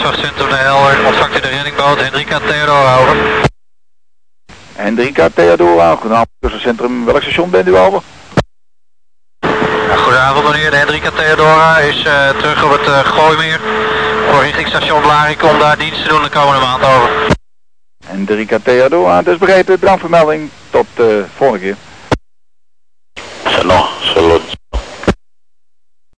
Centrum de Helder, ontvangt u de reddingboot Hendrika Theodora, over. Hendrika Theodora, goedenavond, Centrum, welk station bent u over? Ja, goedenavond meneer, de Hendrika Theodora is terug op het Gooimeer. Voor richting station Blarikum om daar dienst te doen de komende maand, over. Hendrika Theodora, het is begrepen, bedankt voor melding, tot de volgende keer.